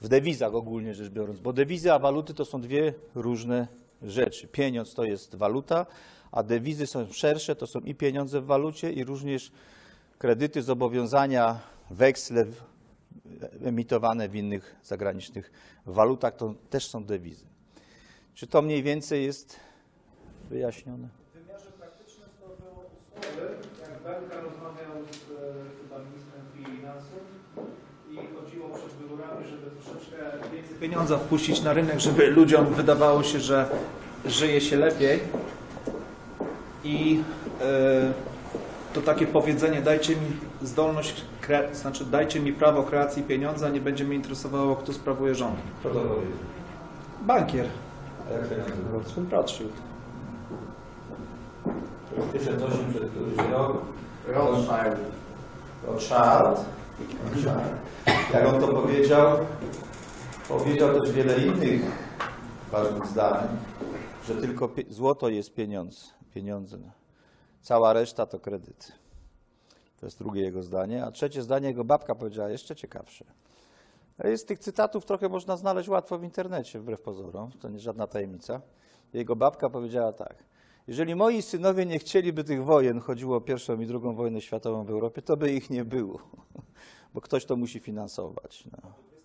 w dewizach ogólnie rzecz biorąc, bo dewizy a waluty to są dwie różne rzeczy. Pieniądz to jest waluta, a dewizy są szersze, to są i pieniądze w walucie, i również kredyty, zobowiązania, weksle emitowane w innych zagranicznych walutach, to też są dewizy. Czy to mniej więcej jest wyjaśnione? W wymiarze praktycznym to było usłowy, jak Belka rozmawiał z chyba ministrem finansów i chodziło przed wyborami, żeby troszeczkę więcej pieniądza wpuścić na rynek, żeby ludziom wydawało się, że żyje się lepiej. I e, to takie powiedzenie, dajcie mi zdolność, kre, znaczy dajcie mi prawo kreacji pieniądza, nie będzie mnie interesowało, kto sprawuje rząd. Kto to powiedział? Bankier. A jak się nazywa? Rothschild. tysiąc osiemset rok. Rothschild. Rothschild. Jak on to powiedział, powiedział też wiele innych ważnych zdań, że tylko złoto jest pieniądz, pieniądze. Cała reszta to kredyt. To jest drugie jego zdanie. A trzecie zdanie jego babka powiedziała jeszcze ciekawsze. Jest tych cytatów trochę można znaleźć łatwo w internecie, wbrew pozorom. To nie żadna tajemnica. Jego babka powiedziała tak. Jeżeli moi synowie nie chcieliby tych wojen, chodziło o pierwszą i drugą wojnę światową w Europie, to by ich nie było. Bo ktoś to musi finansować. No.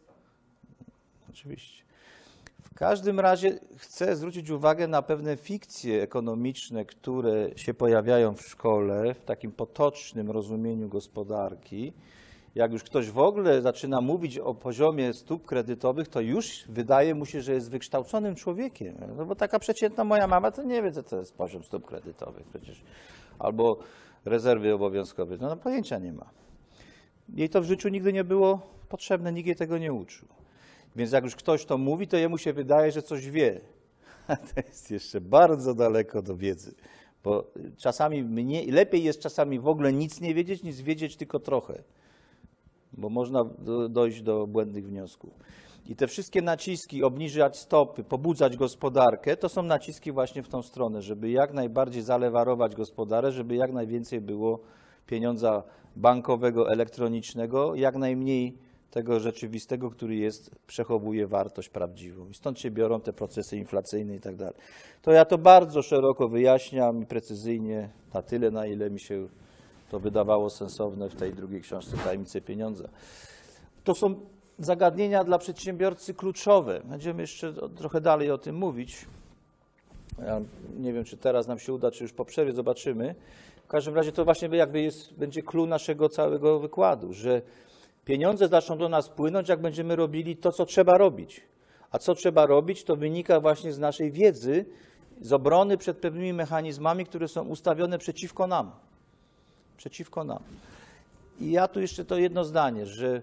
Oczywiście. W każdym razie chcę zwrócić uwagę na pewne fikcje ekonomiczne, które się pojawiają w szkole, w takim potocznym rozumieniu gospodarki. Jak już ktoś w ogóle zaczyna mówić o poziomie stóp kredytowych, to już wydaje mu się, że jest wykształconym człowiekiem. No bo taka przeciętna moja mama to nie wie, co to jest poziom stóp kredytowych przecież. Albo rezerwy obowiązkowe. No, no pojęcia nie ma. Jej to w życiu nigdy nie było potrzebne, nikt jej tego nie uczył. Więc jak już ktoś to mówi, to jemu się wydaje, że coś wie. A to jest jeszcze bardzo daleko do wiedzy. Bo czasami mniej, lepiej jest czasami w ogóle nic nie wiedzieć, niż wiedzieć tylko trochę. Bo można do, dojść do błędnych wniosków. I te wszystkie naciski, obniżać stopy, pobudzać gospodarkę, to są naciski właśnie w tą stronę, żeby jak najbardziej zalewarować gospodarkę, żeby jak najwięcej było pieniądza bankowego, elektronicznego, jak najmniej tego rzeczywistego, który jest, przechowuje wartość prawdziwą. I stąd się biorą te procesy inflacyjne i tak dalej. To ja to bardzo szeroko wyjaśniam i precyzyjnie, na tyle, na ile mi się to wydawało sensowne w tej drugiej książce Tajemnice Pieniądza. To są zagadnienia dla przedsiębiorcy kluczowe. Będziemy jeszcze trochę dalej o tym mówić. Ja nie wiem, czy teraz nam się uda, czy już po przerwie, zobaczymy. W każdym razie to właśnie jakby jest, będzie clue naszego całego wykładu, że pieniądze zaczną do nas płynąć, jak będziemy robili to, co trzeba robić. A co trzeba robić, to wynika właśnie z naszej wiedzy, z obrony przed pewnymi mechanizmami, które są ustawione przeciwko nam. Przeciwko nam. I ja tu jeszcze to jedno zdanie, że,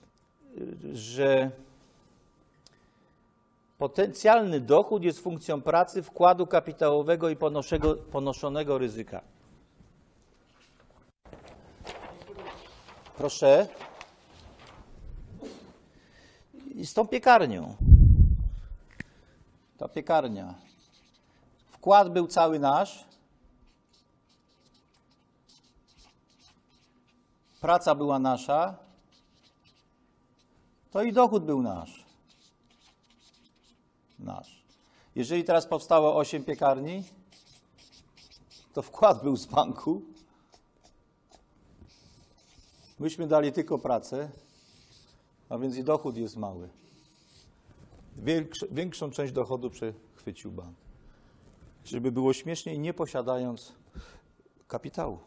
że potencjalny dochód jest funkcją pracy, wkładu kapitałowego i ponoszonego ryzyka. Proszę. I z tą piekarnią. Ta piekarnia. Wkład był cały nasz. Praca była nasza. To i dochód był nasz. Nasz. Jeżeli teraz powstało osiem piekarni, to wkład był z banku. Myśmy dali tylko pracę, a więc i dochód jest mały. Większ, większą część dochodu przechwycił bank. Żeby było śmieszniej, nie posiadając kapitału.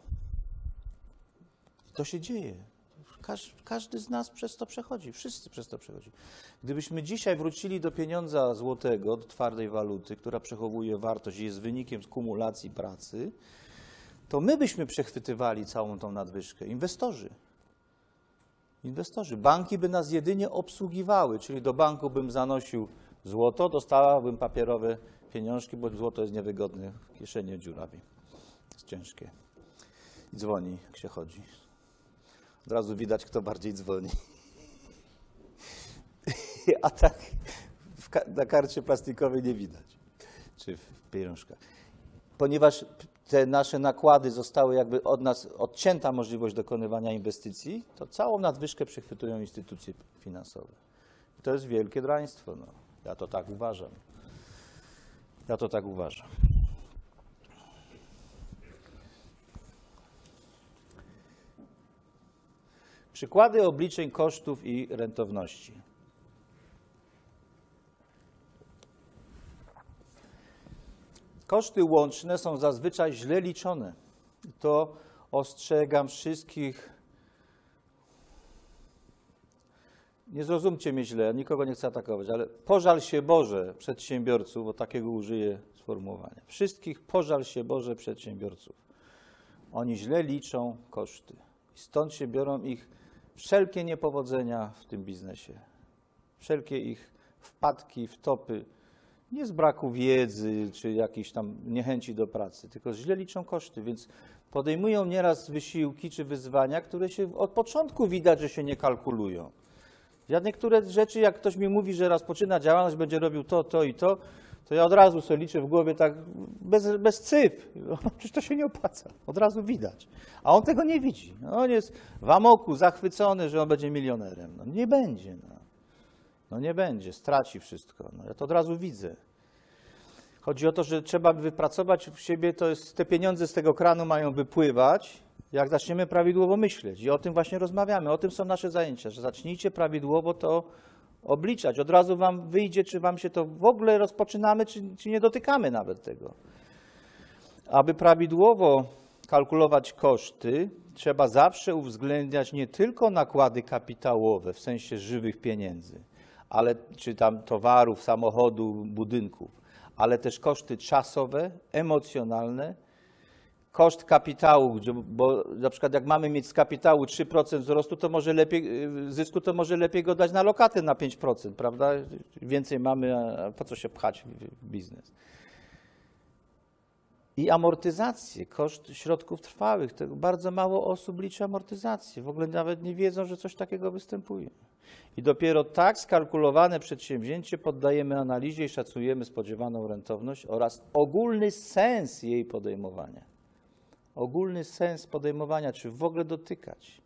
I to się dzieje. Każ, każdy z nas przez to przechodzi. Wszyscy przez to przechodzą. Gdybyśmy dzisiaj wrócili do pieniądza złotego, do twardej waluty, która przechowuje wartość i jest wynikiem kumulacji pracy, to my byśmy przechwytywali całą tą nadwyżkę. Inwestorzy. Inwestorzy. Banki by nas jedynie obsługiwały, czyli do banku bym zanosił złoto, dostawałbym papierowe pieniążki, bo złoto jest niewygodne, w kieszeni dziurawi. Jest ciężkie. I dzwoni, jak się chodzi. Od razu widać, kto bardziej dzwoni. A tak na karcie plastikowej nie widać, czy w pieniążkach. Ponieważ te nasze nakłady zostały jakby od nas odcięta możliwość dokonywania inwestycji, to całą nadwyżkę przechwytują instytucje finansowe. To jest wielkie draństwo. No. Ja to tak uważam. Ja to tak uważam. Przykłady obliczeń kosztów i rentowności. Koszty łączne są zazwyczaj źle liczone. I to ostrzegam wszystkich. Nie zrozumcie mnie źle, nikogo nie chcę atakować, ale pożal się Boże przedsiębiorców, bo takiego użyję sformułowania. Wszystkich pożal się Boże przedsiębiorców. Oni źle liczą koszty. I stąd się biorą ich wszelkie niepowodzenia w tym biznesie. Wszelkie ich wpadki, wtopy. Nie z braku wiedzy, czy jakiejś tam niechęci do pracy, tylko źle liczą koszty, więc podejmują nieraz wysiłki czy wyzwania, które się od początku widać, że się nie kalkulują. Ja niektóre rzeczy, jak ktoś mi mówi, że rozpoczyna działalność, będzie robił to, to i to, to ja od razu sobie liczę w głowie tak bez, bez cyfr. No, przecież to się nie opłaca, od razu widać. A on tego nie widzi. No, on jest w amoku, zachwycony, że on będzie milionerem. No, nie będzie. No. No nie będzie, straci wszystko. No, ja to od razu widzę. Chodzi o to, że trzeba wypracować w siebie, to jest, te pieniądze z tego kranu mają wypływać, jak zaczniemy prawidłowo myśleć. I o tym właśnie rozmawiamy, o tym są nasze zajęcia, że zacznijcie prawidłowo to obliczać. Od razu wam wyjdzie, czy wam się to w ogóle rozpoczynamy, czy, czy nie dotykamy nawet tego. Aby prawidłowo kalkulować koszty, trzeba zawsze uwzględniać nie tylko nakłady kapitałowe, w sensie żywych pieniędzy, ale czy tam towarów, samochodu, budynków, ale też koszty czasowe, emocjonalne, koszt kapitału, bo na przykład jak mamy mieć z kapitału trzy procent wzrostu, to może lepiej, zysku, to może lepiej go dać na lokatę na pięć procent, prawda? Więcej mamy, a po co się pchać w biznes? I amortyzację, koszt środków trwałych. Tego bardzo mało osób liczy amortyzację. W ogóle nawet nie wiedzą, że coś takiego występuje. I dopiero tak skalkulowane przedsięwzięcie poddajemy analizie i szacujemy spodziewaną rentowność oraz ogólny sens jej podejmowania. Ogólny sens podejmowania, czy w ogóle dotykać.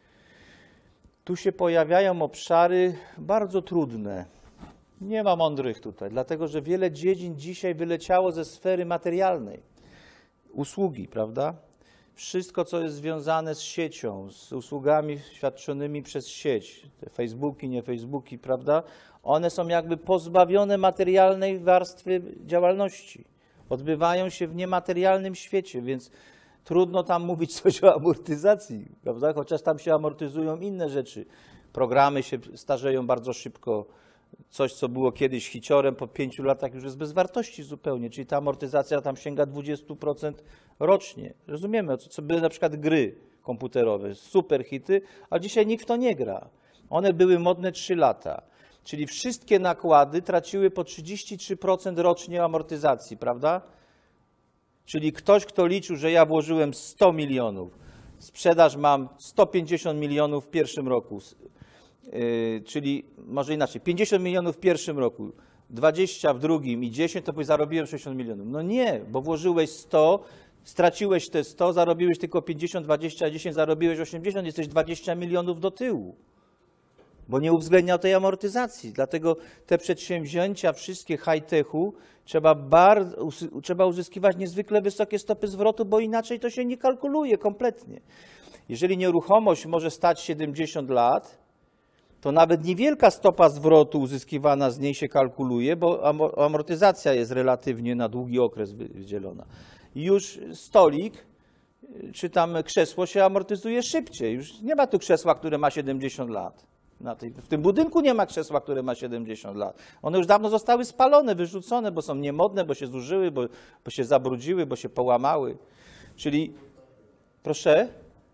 Tu się pojawiają obszary bardzo trudne. Nie ma mądrych tutaj, dlatego że wiele dziedzin dzisiaj wyleciało ze sfery materialnej. Usługi, prawda? Wszystko, co jest związane z siecią, z usługami świadczonymi przez sieć, te Facebooki, nie Facebooki, prawda? One są jakby pozbawione materialnej warstwy działalności. Odbywają się w niematerialnym świecie, więc trudno tam mówić coś o amortyzacji, prawda? Chociaż tam się amortyzują inne rzeczy. Programy się starzeją bardzo szybko. Coś, co było kiedyś hiciorem, po pięciu latach już jest bez wartości zupełnie, czyli ta amortyzacja tam sięga dwadzieścia procent rocznie. Rozumiemy, co, co były na przykład gry komputerowe, super hity, a dzisiaj nikt w to nie gra. One były modne trzy lata, czyli wszystkie nakłady traciły po trzydzieści trzy procent rocznie amortyzacji, prawda? Czyli ktoś, kto liczył, że ja włożyłem sto milionów, sprzedaż mam sto pięćdziesiąt milionów w pierwszym roku, Yy, czyli może inaczej, pięćdziesiąt milionów w pierwszym roku, dwadzieścia w drugim i dziesięć, to zarobiłem sześćdziesiąt milionów. No nie, bo włożyłeś sto, straciłeś te sto, zarobiłeś tylko pięćdziesiąt, dwadzieścia, dziesięć, zarobiłeś osiemdziesiąt, jesteś dwadzieścia milionów do tyłu, bo nie uwzględniał tej amortyzacji. Dlatego te przedsięwzięcia, wszystkie high-techu, trzeba, bardzo, trzeba uzyskiwać niezwykle wysokie stopy zwrotu, bo inaczej to się nie kalkuluje kompletnie. Jeżeli nieruchomość może stać siedemdziesiąt lat, to nawet niewielka stopa zwrotu uzyskiwana z niej się kalkuluje, bo amortyzacja jest relatywnie na długi okres wydzielona. Już stolik czy tam krzesło się amortyzuje szybciej. Już nie ma tu krzesła, które ma siedemdziesiąt lat. Na tej, w tym budynku nie ma krzesła, które ma siedemdziesiąt lat. One już dawno zostały spalone, wyrzucone, bo są niemodne, bo się zużyły, bo, bo się zabrudziły, bo się połamały. Czyli, proszę?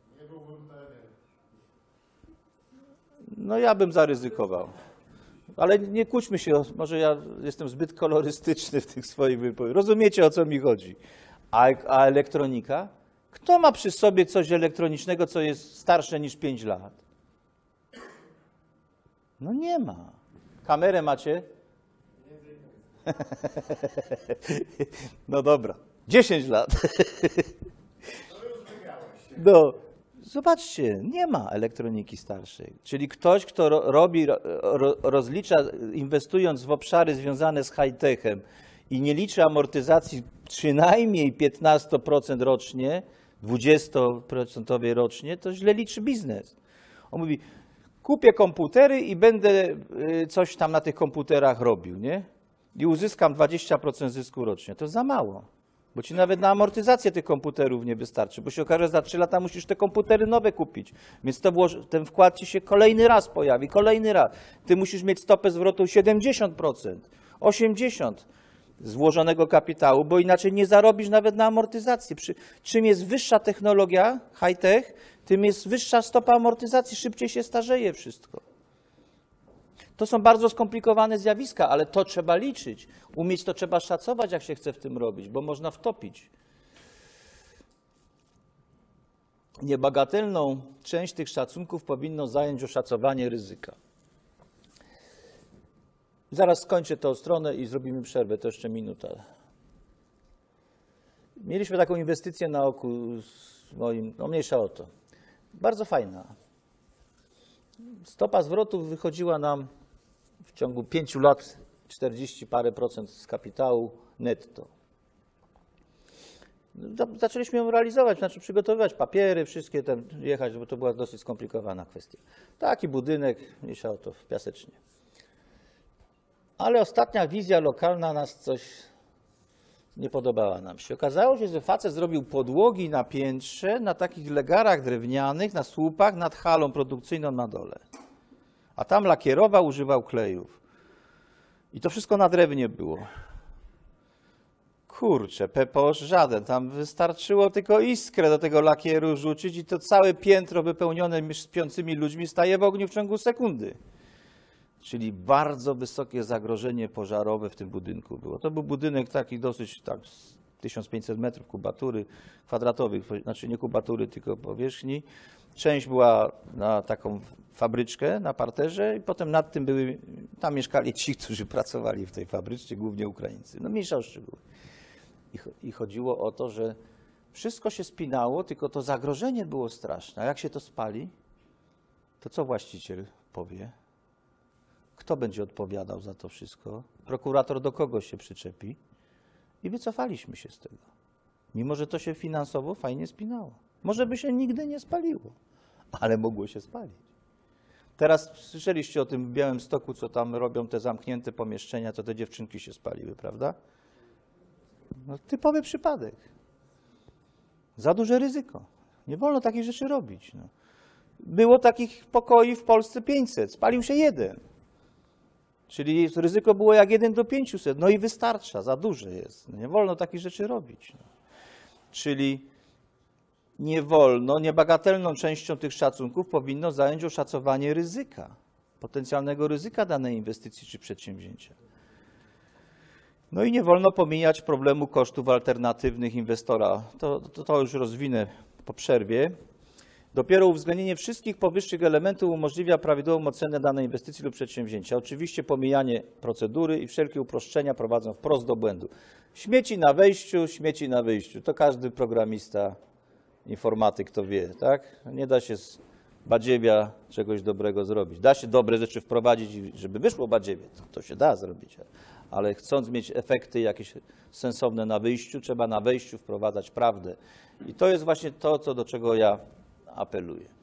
No ja bym zaryzykował. Ale nie kłóćmy się, może ja jestem zbyt kolorystyczny w tych swoich wypowiedziach. Rozumiecie, o co mi chodzi. A, a elektronika? Kto ma przy sobie coś elektronicznego, co jest starsze niż pięć lat? No nie ma. Kamerę macie? No dobra. dziesięć lat. No, Zobaczcie, nie ma elektroniki starszej. Czyli ktoś, kto ro, robi, ro, rozlicza, inwestując w obszary związane z high-techem i nie liczy amortyzacji przynajmniej piętnaście procent rocznie, dwadzieścia procent rocznie, to źle liczy biznes. On mówi, kupię komputery i będę coś tam na tych komputerach robił, nie? I uzyskam dwadzieścia procent zysku rocznie. To za mało. Bo ci nawet na amortyzację tych komputerów nie wystarczy, bo się okaże, że za trzy lata musisz te komputery nowe kupić. Więc to włoży, ten wkład ci się kolejny raz pojawi, kolejny raz. Ty musisz mieć stopę zwrotu siedemdziesiąt procent, osiemdziesiąt procent z włożonego kapitału, bo inaczej nie zarobisz nawet na amortyzacji. Przy, czym jest wyższa technologia, high-tech, tym jest wyższa stopa amortyzacji, szybciej się starzeje wszystko. To są bardzo skomplikowane zjawiska, ale to trzeba liczyć. Umieć to trzeba szacować, jak się chce w tym robić, bo można wtopić. Niebagatelną część tych szacunków powinno zająć oszacowanie ryzyka. Zaraz skończę tę stronę i zrobimy przerwę, to jeszcze minuta. Mieliśmy taką inwestycję na oku z moim, no mniejsza o to. Bardzo fajna. Stopa zwrotu wychodziła nam w ciągu pięciu lat czterdzieści parę procent z kapitału netto. Zaczęliśmy ją realizować, znaczy przygotowywać papiery, wszystkie tam jechać, bo to była dosyć skomplikowana kwestia. Taki budynek, mniejsza o to, w Piasecznie. Ale ostatnia wizja lokalna nas coś nie podobała nam się. Okazało się, że facet zrobił podłogi na piętrze, na takich legarach drewnianych, na słupach, nad halą produkcyjną na dole. A tam lakierował, używał klejów. I to wszystko na drewnie było. Kurczę, peposz żaden. Tam wystarczyło tylko iskrę do tego lakieru rzucić i to całe piętro wypełnione śpiącymi ludźmi staje w ogniu w ciągu sekundy. Czyli bardzo wysokie zagrożenie pożarowe w tym budynku było. To był budynek taki dosyć, tak, tysiąc pięćset metrów kubatury kwadratowych, znaczy nie kubatury, tylko powierzchni. Część była na taką fabryczkę na parterze i potem nad tym były, tam mieszkali ci, którzy pracowali w tej fabryczce, głównie Ukraińcy. No mniejsza o szczegóły. I, I chodziło o to, że wszystko się spinało, tylko to zagrożenie było straszne. A jak się to spali, to co właściciel powie? Kto będzie odpowiadał za to wszystko? Prokurator do kogoś się przyczepi i wycofaliśmy się z tego. Mimo że to się finansowo fajnie spinało. Może by się nigdy nie spaliło, ale mogło się spalić. Teraz słyszeliście o tym w Białymstoku, co tam robią te zamknięte pomieszczenia, to te dziewczynki się spaliły, prawda? No, typowy przypadek. Za duże ryzyko. Nie wolno takich rzeczy robić. No. Było takich pokoi w Polsce pięćset, spalił się jeden. Czyli ryzyko było jak jeden do pięciuset, no i wystarcza, za duże jest. Nie wolno takich rzeczy robić. No. Czyli nie wolno, niebagatelną częścią tych szacunków powinno zająć oszacowanie ryzyka, potencjalnego ryzyka danej inwestycji czy przedsięwzięcia. No i nie wolno pomijać problemu kosztów alternatywnych inwestora. To, to, to już rozwinę po przerwie. Dopiero uwzględnienie wszystkich powyższych elementów umożliwia prawidłową ocenę danej inwestycji lub przedsięwzięcia. Oczywiście pomijanie procedury i wszelkie uproszczenia prowadzą wprost do błędu. Śmieci na wejściu, śmieci na wyjściu. To każdy programista, informatyk to wie, tak? Nie da się z badziewia czegoś dobrego zrobić. Da się dobre rzeczy wprowadzić, żeby wyszło badziewie. To, to się da zrobić. Ale chcąc mieć efekty jakieś sensowne na wyjściu, trzeba na wejściu wprowadzać prawdę. I to jest właśnie to, co, do czego ja apeluję.